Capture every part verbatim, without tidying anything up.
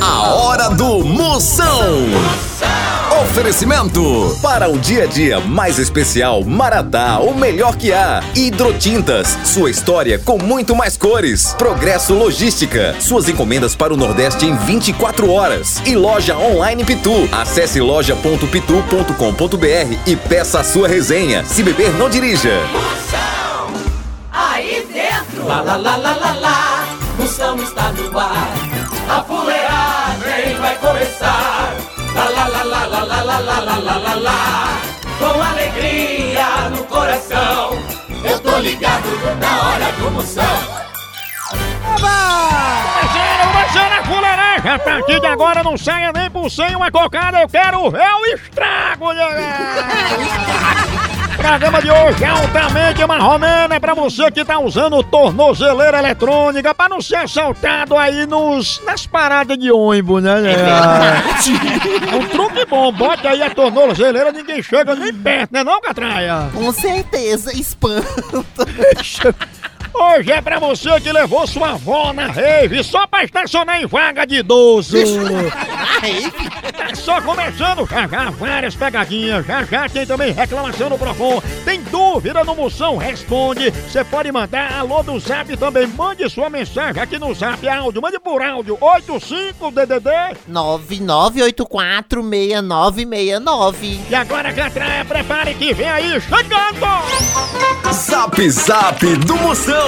A hora do Moção. Oferecimento. Para um dia a dia mais especial, Maratá, o melhor que há. Hidrotintas, sua história com muito mais cores. Progresso Logística, suas encomendas para o Nordeste em vinte e quatro horas. E loja online Pitu. Acesse loja ponto pitu ponto com ponto br e peça a sua resenha. Se beber, não dirija. Moção, aí dentro. Lá, lá, lá, lá, lá, lá. Moção está no ar. A fuleagem vai começar. Lá, lá, lá, lá, lá, lá, lá, lá, lá, lá, lá, lá. Com alegria no coração, eu tô ligado na hora do Moção. Imagina, imagina a fuleiragem. A partir de agora não saia nem por cem uma cocada, eu quero ver o estrago. O programa de hoje é altamente marromeno, é pra você que tá usando tornozeleira eletrônica pra não ser assaltado aí nos, nas paradas de ônibus, né? É, é um truque bom, bota aí a tornozeleira, ninguém chega nem perto, né não, Catraia? Com certeza, espanta. Hoje é pra você que levou sua avó na rave só pra estacionar em vaga de idoso. Tá só começando, já já várias pegadinhas, já já tem também reclamação no Procon. Tem dúvida no Moção? Responde. Você pode mandar alô do Zap também. Mande sua mensagem aqui no Zap áudio. Mande por áudio oito cinco D D D nove nove oito quatro seis nove seis nove. E agora, Catraia, prepare que vem aí chegando. Zap Zap do Moção.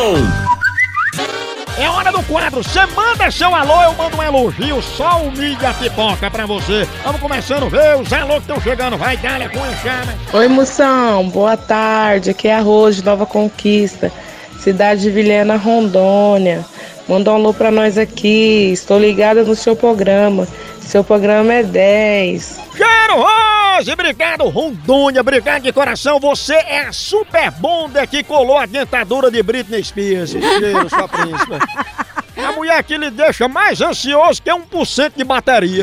É hora do quadro, você manda seu alô, eu mando um elogio, só o mídia pipoca pra você. Vamos começando a ver os alô que estão chegando, vai dar a cunha, chama. Oi Moção, boa tarde, aqui é a Rose de Nova Conquista, cidade de Vilhena, Rondônia. Manda um alô pra nós aqui, estou ligada no seu programa, seu programa é dez. Cheiro, Rose, obrigado Rondônia, obrigado de coração, você é a super bonder que colou a dentadura de Britney Spears. Cheiro, sua príncipe. A mulher que lhe deixa mais ansioso que um por cento de bateria.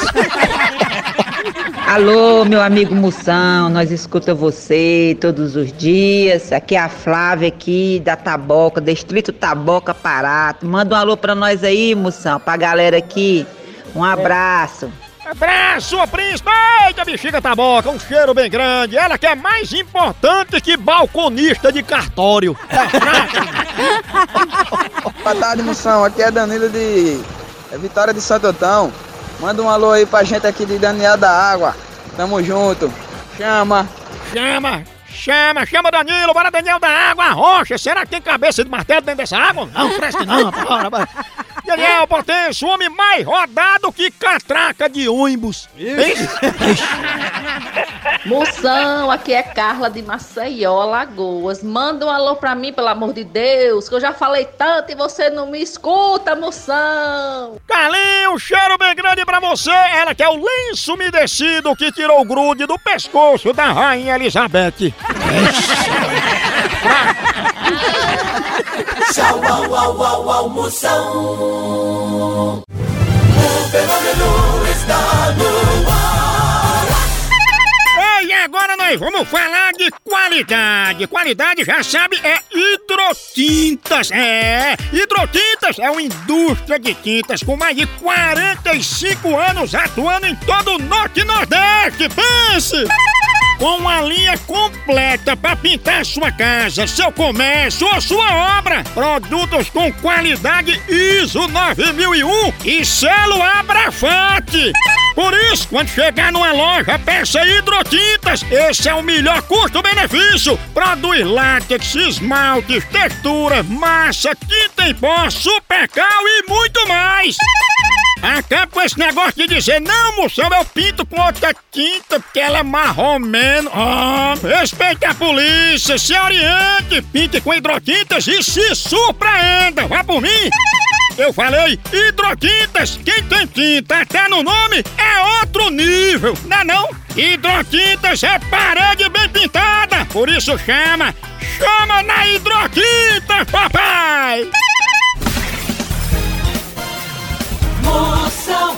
Alô, meu amigo Moção, nós escutamos você todos os dias. Aqui é a Flávia aqui da Taboca, Distrito Taboca, Pará. Manda um alô pra nós aí, Moção, pra galera aqui. Um abraço. Abraço, sua príncipe! Eita, bexiga Taboca, um cheiro bem grande. Ela que é mais importante que balconista de cartório. Boa tarde, Moção. Aqui é Danilo de Vitória de Santo Antão. Manda um alô aí pra gente aqui de Daniel da Água. Tamo junto. Chama. Chama, chama, chama Danilo. Bora, Daniel da Água. Rocha, será que tem cabeça de martelo dentro dessa água? Não, parece que não. Bora, bora. Daniel Potência, o homem mais rodado que catraca de ônibus. Moção, aqui é Carla de Maceió, Alagoas. Manda um alô pra mim, pelo amor de Deus, que eu já falei tanto e você não me escuta, Moção. Carlinho, um cheiro bem grande pra você. Ela que é o lenço umedecido que tirou o grude do pescoço da Rainha Elizabeth. Tchau, au, au, au, au, Moção. O fenômeno está no ar. E agora nós vamos falar de qualidade. Qualidade, já sabe, é Hidrotintas. É, Hidrotintas é uma indústria de tintas com mais de quarenta e cinco anos atuando em todo o Norte e Nordeste. Pense! Com uma linha completa para pintar sua casa, seu comércio ou sua obra. Produtos com qualidade I S O nove mil e um e selo Abrafate. Por isso, quando chegar numa loja, peça Hidrotintas. Esse é o melhor custo-benefício. Produz látex, esmaltes, textura, massa, tinta em pó, supercal e muito mais. Acaba com esse negócio de dizer, não, Moção, eu pinto com outra tinta porque ela é marromeno. Oh, respeite a polícia, se oriente, pinte com Hidrotintas e se surpreenda. Vá por mim. Eu falei Hidrotintas, quem tem tinta até no nome é outro nível, não é não? Hidrotintas é parede bem pintada, por isso chama, chama na Hidrotintas, papai! Moção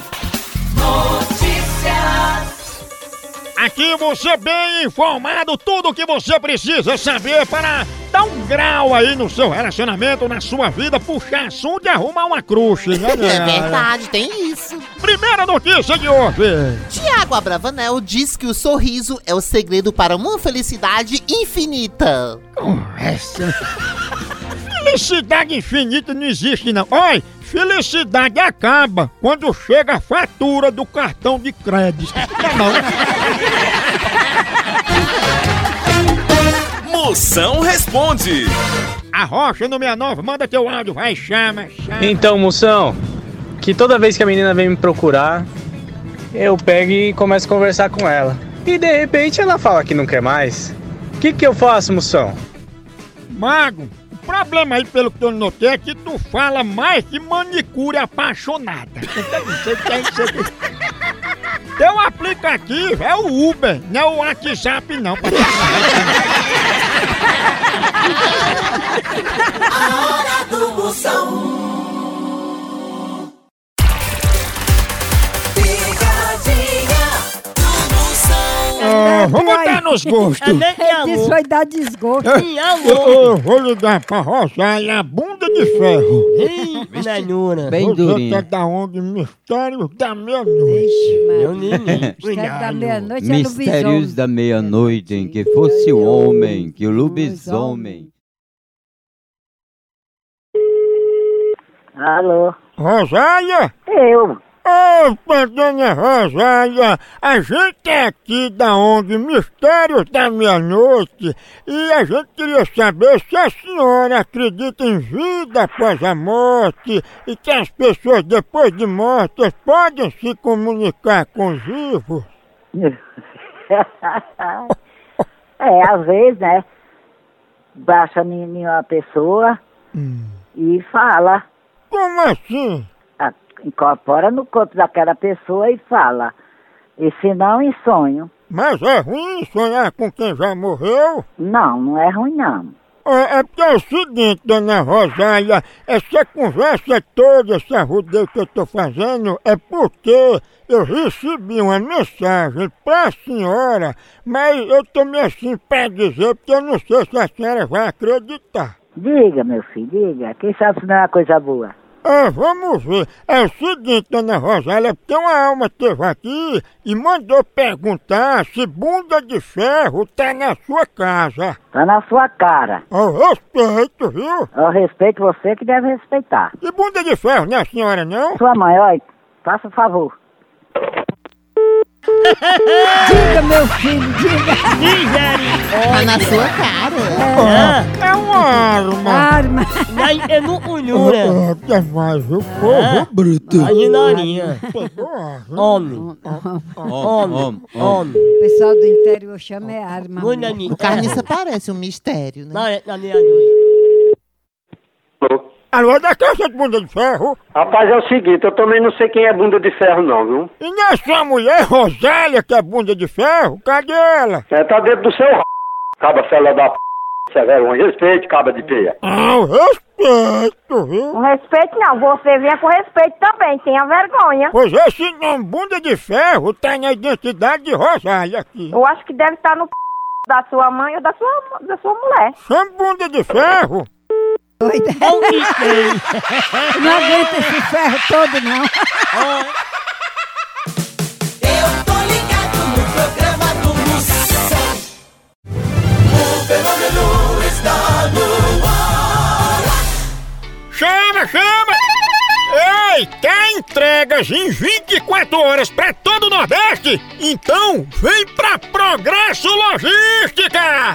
Notícias. Aqui você bem informado, tudo o que você precisa saber para dar um grau aí no seu relacionamento, na sua vida, puxar assunto e arrumar uma crush, né? É verdade, tem isso. Primeira notícia de hoje. Tiago Abravanel diz que o sorriso é o segredo para uma felicidade infinita. Essa... Felicidade infinita não existe, não. Oi, felicidade acaba quando chega a fatura do cartão de crédito. Não, não. Moção responde. A Rocha no sessenta e nove, manda teu áudio, vai, chama, chama. Então, Moção, que toda vez que a menina vem me procurar, eu pego e começo a conversar com ela. E de repente ela fala que não quer mais. O que que eu faço, Moção? Mago, o problema aí, pelo que eu notei, é que tu fala mais que manicure apaixonada. Teu aplicativo é o Uber, não é o WhatsApp, não. A hora do Moção. Ah, vamos botar nos gostos. Isso vai dar desgosto. Eu, eu vou ligar pra Rosália, a bunda de ferro. Menina. Bem durinho. Você tá da onde? Mistérios da meia-noite. Mistérios da meia-noite é Mistérios da meia-noite, em que fosse o homem, que o lobisomem. Alô? Rosália? Eu. Opa, dona Rosália, a gente é aqui da O N G Mistérios da Meia-Noite e a gente queria saber se a senhora acredita em vida após a morte e que as pessoas depois de mortas podem se comunicar com os vivos. É, às vezes, né? Baixa em uma pessoa hum. e fala. Como assim? Incorpora no corpo daquela pessoa e fala. E se não, em sonho. Mas é ruim sonhar com quem já morreu? Não, não é ruim não. É, é porque é o seguinte, dona Rosália, essa conversa toda, essa rodeio que eu tô fazendo, é porque eu recebi uma mensagem pra senhora, mas eu tô meio assim pra dizer, porque eu não sei se a senhora vai acreditar. Diga, meu filho, diga. Quem sabe se não é uma coisa boa. Ah, vamos ver. É o seguinte, dona Rosália, porque uma alma esteve aqui e mandou perguntar se bunda de ferro tá na sua casa. Tá na sua cara. Ao respeito, viu? Ao respeito, você que deve respeitar. E bunda de ferro não é a senhora, não? Sua mãe, olha, faça o favor. Diga, meu filho, diga. Tá na sua cara. É, é uma arma. Arma. Eu não olho, é mais o povo bruto. Aí na linha. Homem. Homem. Homem. O pessoal do interior chama é arma. O carniça parece um mistério, né? Na meia-noite. Alô, é da caixa de bunda de ferro? Rapaz, é o seguinte, eu também não sei quem é bunda de ferro não, viu? E não é sua mulher, Rosália, que é bunda de ferro? Cadê ela? É, tá dentro do seu r... Caba fela da p... Você é vergonha, respeite, caba de peia. Ah, respeito, viu? Com respeito não, você venha com respeito também, tenha vergonha. Pois esse nome bunda de ferro tá na identidade de Rosália aqui. Eu acho que deve estar no p... da sua mãe ou da sua, da sua mulher. Chama bunda de ferro? Doida. Não aguenta esse ferro todo, não. Eu tô ligado no programa do Moção. O fenômeno está no ar. Chama, chama! Ei, quer entregas em vinte e quatro horas pra todo o Nordeste? Então vem pra Progresso Logística!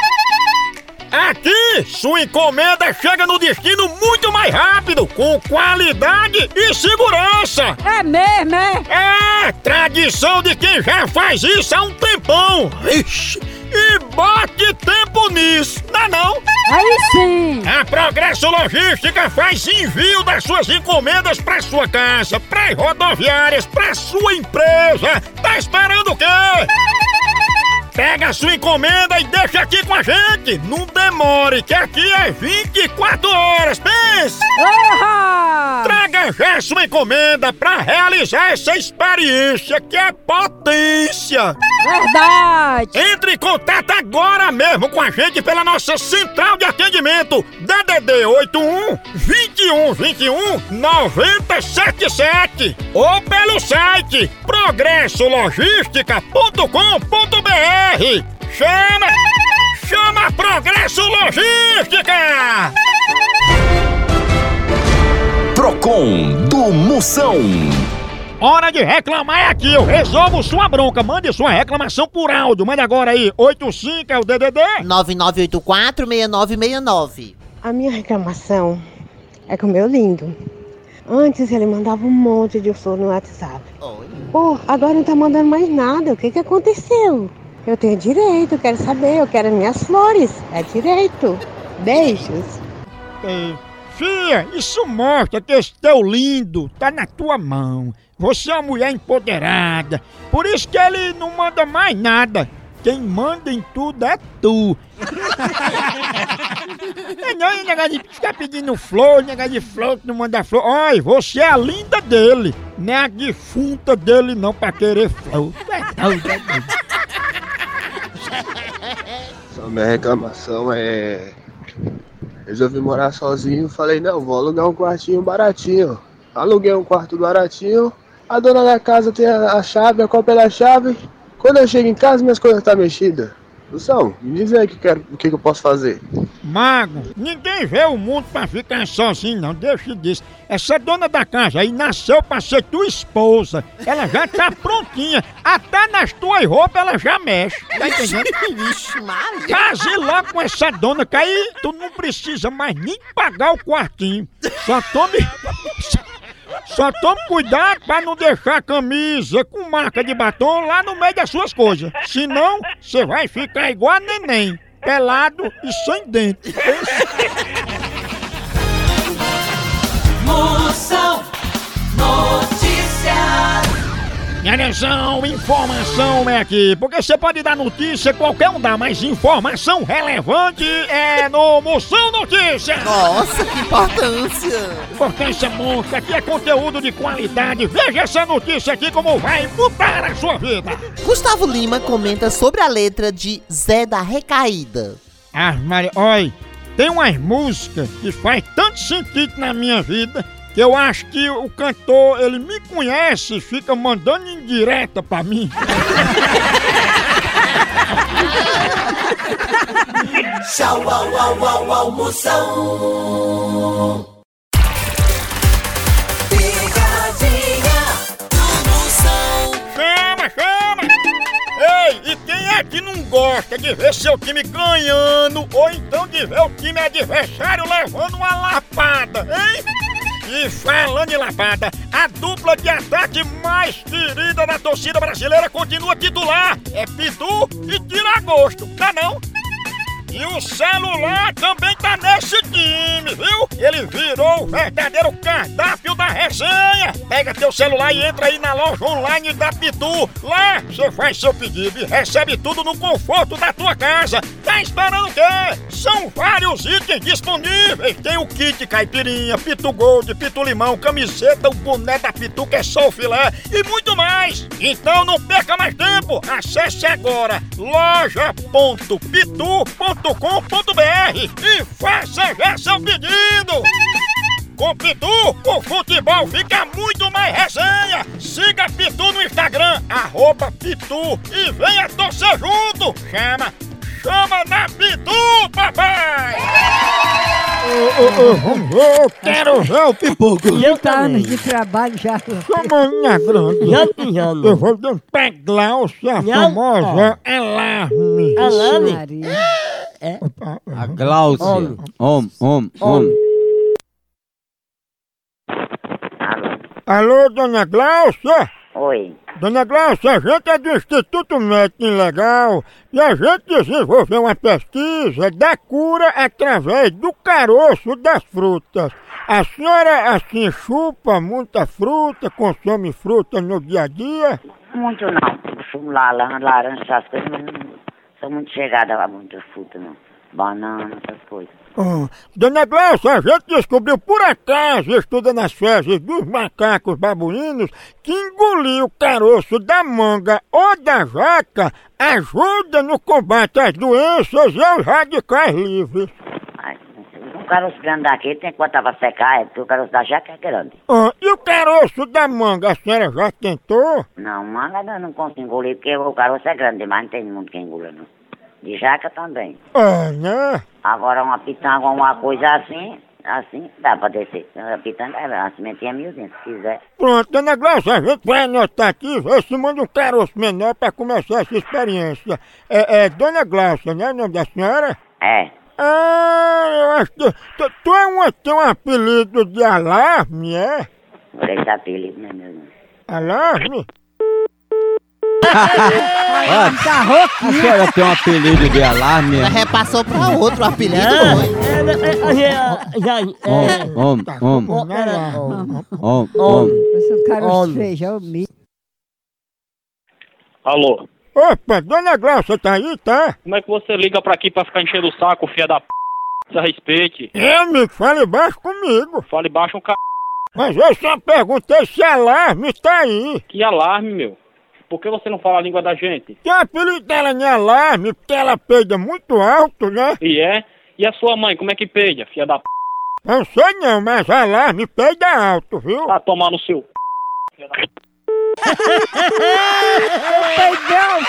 Aqui, sua encomenda chega no destino muito mais rápido, com qualidade e segurança. É mesmo, é? É, tradição de quem já faz isso há um tempão. Ixi, e bote tempo nisso, não é não? Aí sim! A Progresso Logística faz envio das suas encomendas pra sua casa, pras rodoviárias, pra sua empresa. Tá esperando o quê? Pega a sua encomenda e deixa aqui com a gente! Não demore, que aqui é vinte e quatro horas, pensa! Uhum. Traga já sua encomenda pra realizar essa experiência que é potência! Verdade! Entre em contato agora mesmo com a gente pela nossa central de atendimento D D D oito um, vinte e um, vinte e um, noventa e sete sete ou pelo site progresso logística ponto com ponto br. Chama! Chama Progresso Logística! Procon do Moção. Hora de reclamar é aqui, eu resolvo sua bronca. Mande sua reclamação por áudio. Mande agora aí, oito cinco é o D D D nove nove oito quatro, seis nove seis nove. A minha reclamação é com o meu lindo. Antes ele mandava um monte de flor no WhatsApp. Oi. Pô, agora não tá mandando mais nada. O que que aconteceu? Eu tenho direito, eu quero saber, eu quero minhas flores. É direito. Beijos. Ei, filha, isso mostra que esse teu lindo tá na tua mão. Você é uma mulher empoderada. Por isso que ele não manda mais nada. Quem manda em tudo é tu. É não, é negócio de ficar pedindo flor, negócio de flor que não manda flor. Olha, você é a linda dele, não é a defunta dele não pra querer flor. É doido, é doido. Só minha reclamação é... Resolvi morar sozinho, falei, não, vou alugar um quartinho baratinho. Aluguei um quarto baratinho, a dona da casa tem a, a chave, a cópia da chave. Quando eu chego em casa, minhas coisas estão mexidas. Lução, me diz aí o que, quero, o que, que eu posso fazer. Mago, ninguém vê o mundo pra ficar sozinho, não. Deixa disso. Essa dona da casa aí nasceu pra ser tua esposa. Ela já tá prontinha. Até nas tuas roupas ela já mexe. Tá entendendo? Vixe, Maria. Case logo com essa dona, que aí tu não precisa mais nem pagar o quartinho. Só tome... Só tome cuidado pra não deixar a camisa com marca de batom lá no meio das suas coisas. Senão, você vai ficar igual a neném, pelado e sem dente. Moção Notícias. Minha atenção, informação é aqui, porque você pode dar notícia, qualquer um dá, mas informação relevante é no Moção Notícias. Nossa, que importância! Importância monstra, aqui é conteúdo de qualidade. Veja essa notícia aqui como vai mudar a sua vida. Gustavo Lima comenta sobre a letra de Zé da Recaída. Ah, Maria, olha, tem umas músicas que faz tanto sentido na minha vida que eu acho que o cantor, ele me conhece e fica mandando indireta pra mim. Tchau, au, au, au, au, Moção. Pegadinha do Moção. Chama, chama! Ei, e quem é que não gosta de ver seu time ganhando ou então de ver o time adversário levando uma lapada, hein? E falando em lapada, a dupla de ataque mais querida da torcida brasileira continua titular. É Pitu e Tiragosto, tá não? E o celular também tá nesse time, viu? Ele virou o verdadeiro cardápio da resenha. Pega teu celular e entra aí na loja online da Pitu. Lá você faz seu pedido e recebe tudo no conforto da tua casa. Tá esperando o quê? São vários itens disponíveis. Tem o kit caipirinha, Pitu Gold, Pitu Limão, camiseta, o boné da Pitu que é só o filé e muito mais. Então não perca mais tempo. Acesse agora loja ponto pitu ponto com ponto br e faça já seu pedido! Com Pitu, o futebol fica muito mais resenha! Siga Pitu no Instagram, arroba Pitu e venha torcer junto! Chama, chama na Pitu, papai! Ô, ô, ô, eu quero ver o pipoco! Oito anos de trabalho já. Chamaninha grande! Já pijando. Eu vou dar pra Glaucia, a famosa Alarme! Alarme? É? A Glaucia. Homem, homem, homem. Om. Alô, dona Glaucia? Oi. Dona Glaucia, a gente é do Instituto Médico Legal e a gente desenvolveu uma pesquisa da cura através do caroço das frutas. A senhora, assim, chupa muita fruta, consome fruta no dia a dia? Muito não. Fumo lá, lá, laranja, essas coisas, mas não sou muito chegada a muita fruta, não. banana, essas coisas. Oh, Dona Glaucia, a gente descobriu por acaso, estudando as fezes dos macacos babuínos, que engolir o caroço da manga ou da jaca ajuda no combate às doenças e aos radicais livres. Um caroço grande daquele tem que botar pra secar, é porque o caroço da jaca é grande. Oh, e o caroço da manga, a senhora já tentou? Não, manga eu não consigo engolir, porque o caroço é grande demais, não tem muito que engolir, não. De jaca também. É, né? Agora uma pitanga, uma coisa assim, assim, dá pra descer. A pitanga, a sementinha é miozinha, se quiser. Pronto, Dona Glaucia, a gente vai anotar aqui, vê se manda um caroço menor pra começar essa experiência. É, é Dona Glaucia, né, o nome da senhora? É. Ah, eu acho que... Tu, tu é uma, tem um apelido de alarme, é? Por esse apelido, né, meu? Alarme? Olha, tá rouco, a senhora tem um apelido de alarme? Ela repassou pra outro apelido. Om, om, om, om, om. Esse cara feijão, milho. Alô? Opa, Dona Glaucia tá aí, tá? Como é que você liga pra aqui pra ficar enchendo o saco, filha da p... Se respeite. É, amigo, fale baixo comigo. Fale baixo um c... Mas eu só perguntei se alarme tá aí. Que alarme, meu? Por que você não fala a língua da gente? Que o apelido dela não é alarme, porque ela peida muito alto, né? E é? E a sua mãe, como é que peida, filha da p... Não sei não, mas alarme peida alto, viu? Tá tomar no seu... Filha da p... Peidão!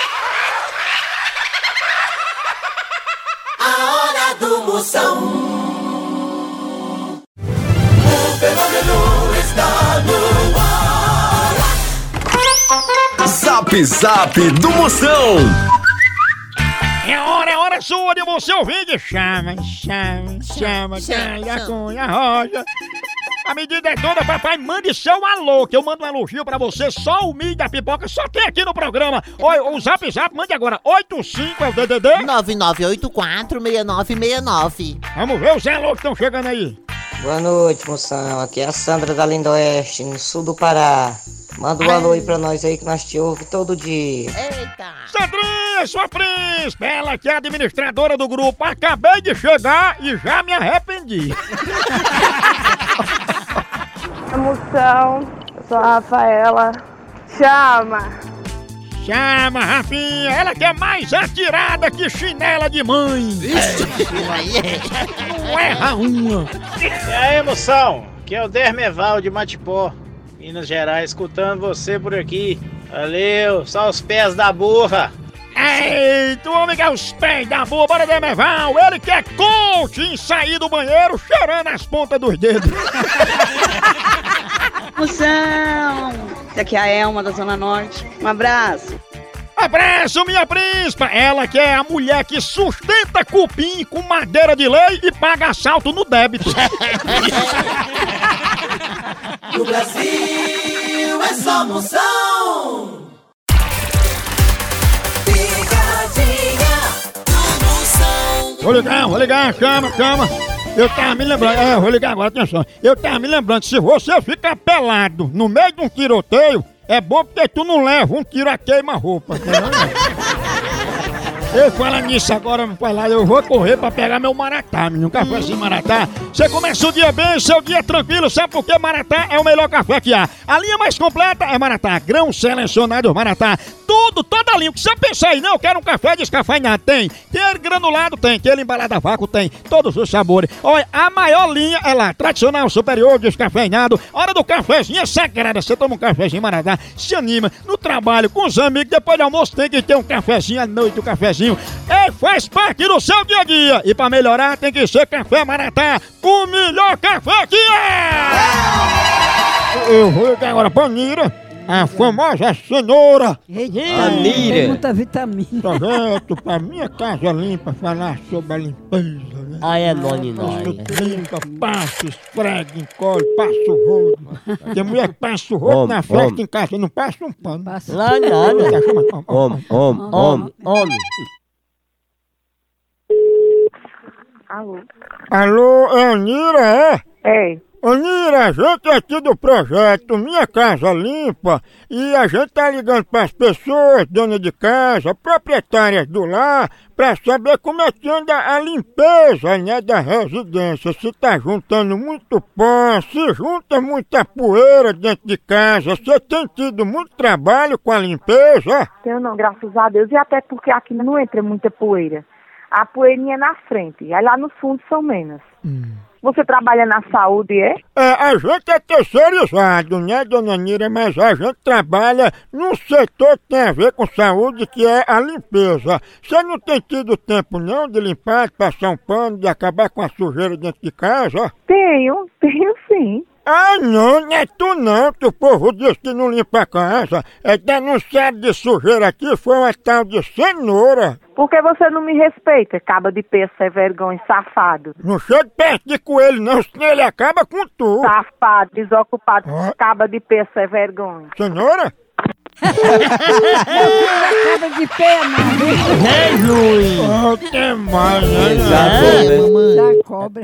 A hora do Moção. O fenômeno está no ar. Zap Zap do Moção. É hora, é hora sua de você ouvir. Chama, chama, chama, chama, cunha, roja. A medida é toda, papai, mande seu alô, que eu mando um elogio pra você, só o milho da pipoca, só tem aqui no programa. Oi, o Zap Zap, mande agora, oito cinco é o D D D? nove nove oito quatro seis nove seis nove. Vamos ver os alô que estão chegando aí. Boa noite, moção, aqui é a Sandra da Linda Oeste, no sul do Pará. Manda um alô aí pra nós aí que nós te ouve todo dia. Eita! Sandrinha, sua príncipe, ela que é administradora do grupo, acabei de chegar e já me arrependi. Moção, eu sou a Rafaela. Chama! Chama, Rafinha, ela que é mais atirada que chinela de mãe. Não erra uma. E aí, moção? Aqui é o Dermeval de Matipó, Minas Gerais, escutando você por aqui. Valeu, só os pés da burra. Eita, o homem que é os pés da burra, bora Dermeval. Ele que é coach em sair do banheiro cheirando as pontas dos dedos. Moção! Aqui é a Elma da Zona Norte. Um abraço. Abraço, minha príncipa! Ela que é a mulher que sustenta cupim com madeira de lei e paga assalto no débito. No Brasil é só Moção. Picadinha do Moção. Vou ligar, vou ligar, chama, chama. Eu tava me lembrando, é, vou ligar agora, atenção. Eu tava me lembrando, se você ficar pelado no meio de um tiroteio, é bom porque tu não leva um tiro a queima-roupa. Eu falando nisso agora, não vai lá, eu vou correr pra pegar meu maratá, menino. Um cafezinho maratá. Você começa o dia bem, seu dia tranquilo, sabe por que maratá é o melhor café que há? A linha mais completa é maratá, grão selecionado maratá. Tudo, toda a linha. O que você pensa aí, não, eu quero um café descafeinado, tem. Tem granulado, tem. Tem ele embalado a vácuo, tem. Todos os sabores. Olha, a maior linha é lá, tradicional, superior, descafeinado. Hora do cafezinho é sagrada. Você toma um cafezinho maratá, se anima, no trabalho, com os amigos, depois do almoço tem que ter um cafezinho à noite, um cafezinho. É, faz parte do seu dia a dia. E pra melhorar tem que ser café maratá, o melhor café que é! Eu vou ligar agora pra Nira, a famosa cenoura. Anira. Tem muita vitamina. Projeto pra minha casa limpa, falar sobre a limpeza, né? Ah, é noni, noni. Limpa, passa, esfrega, encolhe, passa o rodo. Tem mulher que passa o rodo na festa em casa, não passa um pano. Passa lá, nada. Homem, homem, homem. Homem. Alô? Alô, é a Nira, é? Ei. Ô Nira, a gente é aqui do projeto Minha Casa Limpa e a gente tá ligando para as pessoas, donas de casa, proprietárias do lar, para saber como é que anda a limpeza, né, da residência. Se tá juntando muito pó, se junta muita poeira dentro de casa, você tem tido muito trabalho com a limpeza? Tenho não, graças a Deus, e até porque aqui não entra muita poeira. A poeirinha é na frente, aí lá no fundo são menos. Hum. Você trabalha na saúde, é? É, a gente é terceirizado, né, dona Nira? Mas a gente trabalha num setor que tem a ver com saúde, que é a limpeza. Você não tem tido tempo, não, de limpar, de passar um pano, de acabar com a sujeira dentro de casa? Tenho, tenho sim. Ah, não, não é tu não, que o povo diz que não limpa a casa. É denunciado de sujeira aqui, foi uma tal de cenoura. Por que você não me respeita, caba de peixe, sem vergonha, safado? Não chega perto de coelho não, senão ele acaba com tu. Safado, desocupado, Ah. caba de peixe, sem vergonha. Cenoura? Acaba de pena. Jesus! Oh, que mais, né? Exatamente. Da cobra.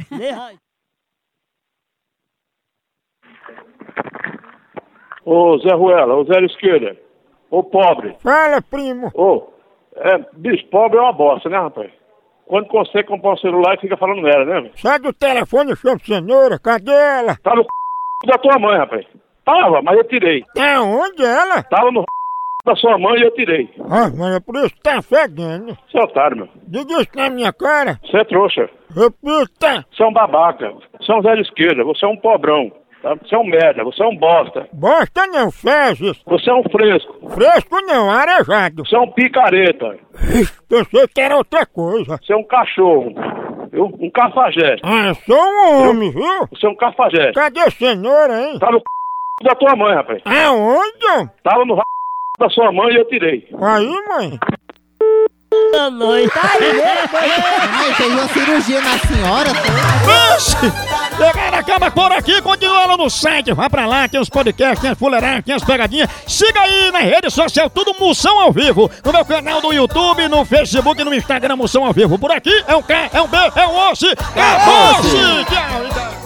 Ô Zé Ruela, ô Zé Esquerda, ô pobre. Fala, primo. Ô, é, bicho, pobre é uma bosta, né, rapaz? Quando consegue comprar um celular e fica falando merda, né, velho? Sai do telefone, chama cenoura, cadê ela? Tá no c... da tua mãe, rapaz. Tava, mas eu tirei. Tá onde ela? Tava no c... da sua mãe e eu tirei. Ah, mas é por isso que tá fedendo. Você é otário, meu. Diga isso na minha cara. Você é trouxa. Repita. Você é um babaca. Você é um Zé de Esquerda. Você é um pobrão. Tá? Você é um merda. Você é um bosta. Bosta não, fezes. Você é um fresco. Fresco não, arejado. Você é um picareta. Pensei que era outra coisa. Você é um cachorro. Eu, um cafajeste. Ah, sou um homem, viu? Você é um cafajeste. Cadê cenoura, hein? Tá no c... da tua mãe, rapaz. Aonde? Tava no c... da sua mãe e eu tirei. Aí, mãe. Tá noite. Ai, fez uma cirurgia na senhora, Vixe! Pegaram, acaba por aqui, continua lá no site. Vai pra lá, tem os podcasts, tem as fuleiragens, tem as pegadinhas. Siga aí na rede social, tudo Moção ao Vivo. No meu canal do YouTube, no Facebook, no Instagram, Moção ao Vivo. Por aqui é um K, é um B, é um osso. Acabou-se! Tchau!